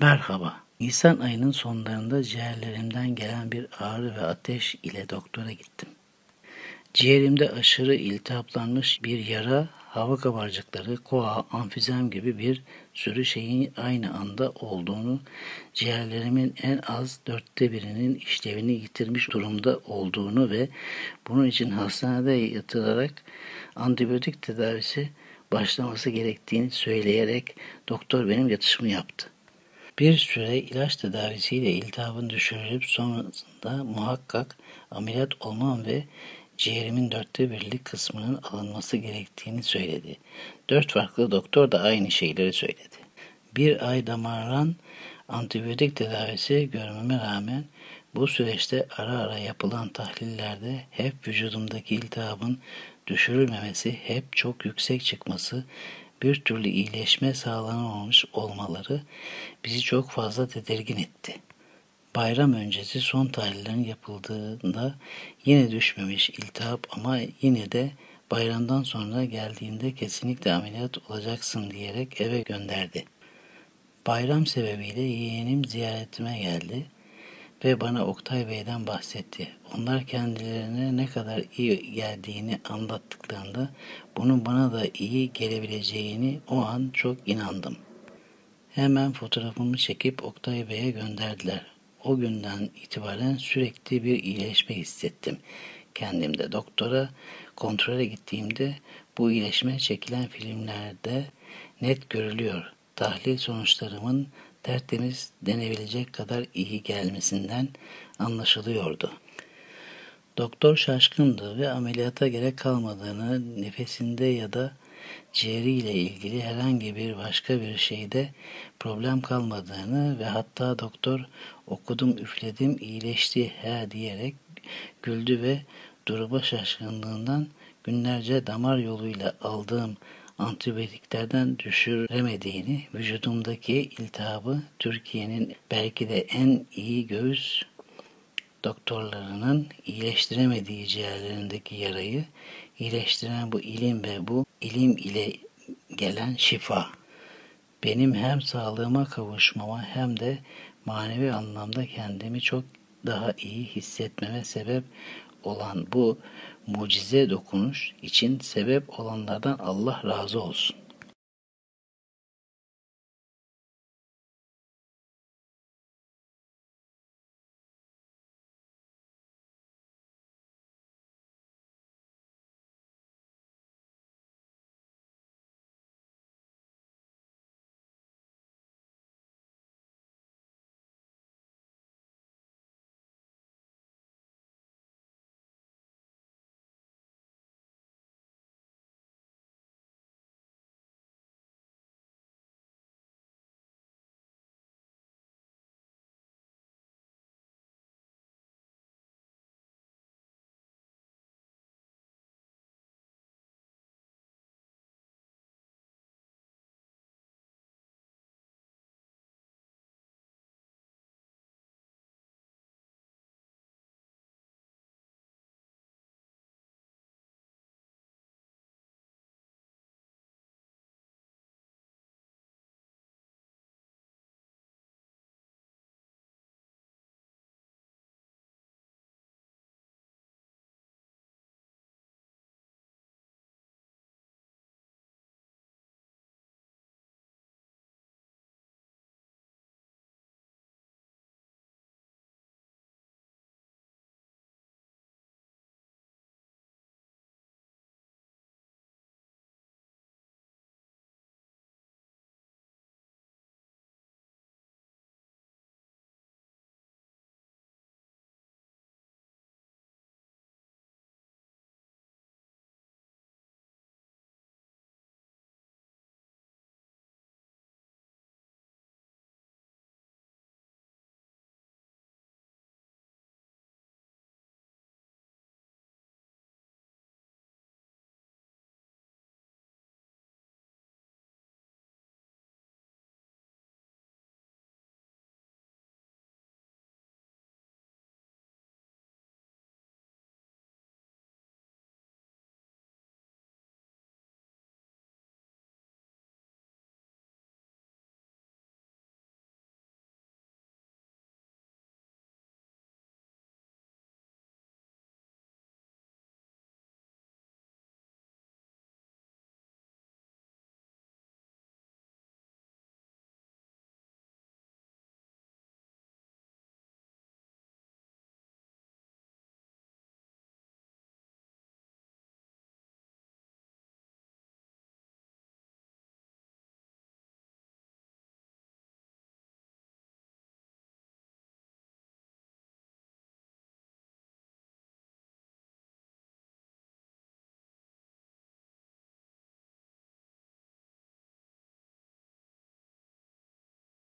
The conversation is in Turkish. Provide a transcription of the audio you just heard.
Merhaba. Nisan ayının sonlarında ciğerlerimden gelen bir ağrı ve ateş ile doktora gittim. Ciğerimde aşırı iltihaplanmış bir yara, hava kabarcıkları, koa, amfizem gibi bir sürü şeyin aynı anda olduğunu, ciğerlerimin en az 1/4'inin işlevini yitirmiş durumda olduğunu ve bunun için hastanede yatırarak antibiyotik tedavisi başlaması gerektiğini söyleyerek doktor benim yatışımı yaptı. Bir süre ilaç tedavisiyle iltihabın düşürülüp sonrasında muhakkak ameliyat olmam ve ciğerimin 1/4 kısmının alınması gerektiğini söyledi. 4 farklı doktor da aynı şeyleri söyledi. Bir ay damardan antibiyotik tedavisi görmeme rağmen bu süreçte ara ara yapılan tahlillerde hep vücudumdaki iltihabın düşürülmemesi, hep çok yüksek çıkması, bir türlü iyileşme sağlanamamış olmaları bizi çok fazla tedirgin etti. Bayram öncesi son tahlillerin yapıldığında yine düşmemiş iltihap ama yine de bayramdan sonra geldiğinde kesinlikle ameliyat olacaksın diyerek eve gönderdi. Bayram sebebiyle yeğenim ziyaretime geldi ve bana Oktay Bey'den bahsetti. Onlar kendilerine ne kadar iyi geldiğini anlattıklarında bunun bana da iyi gelebileceğini o an çok inandım. Hemen fotoğrafımı çekip Oktay Bey'e gönderdiler. O günden itibaren sürekli bir iyileşme hissettim. Kendimde doktora kontrole gittiğimde bu iyileşme çekilen filmlerde net görülüyor. Tahlil sonuçlarımın tertemiz denebilecek kadar iyi gelmesinden anlaşılıyordu. Doktor şaşkındı ve ameliyata gerek kalmadığını, nefesinde ya da ciğeriyle ilgili herhangi bir başka bir şeyde problem kalmadığını ve hatta doktor okudum üfledim iyileşti he diyerek güldü ve duruma şaşkınlığından günlerce damar yoluyla aldığım antibiyotiklerden düşüremediğini, vücudumdaki iltihabı Türkiye'nin belki de en iyi göğüs doktorlarının iyileştiremediği ciğerlerindeki yarayı iyileştiren bu ilim ve bu ilim ile gelen şifa. Benim hem sağlığıma kavuşmama hem de manevi anlamda kendimi çok daha iyi hissetmeme sebep olan bu mucize dokunuş için sebep olanlardan Allah razı olsun.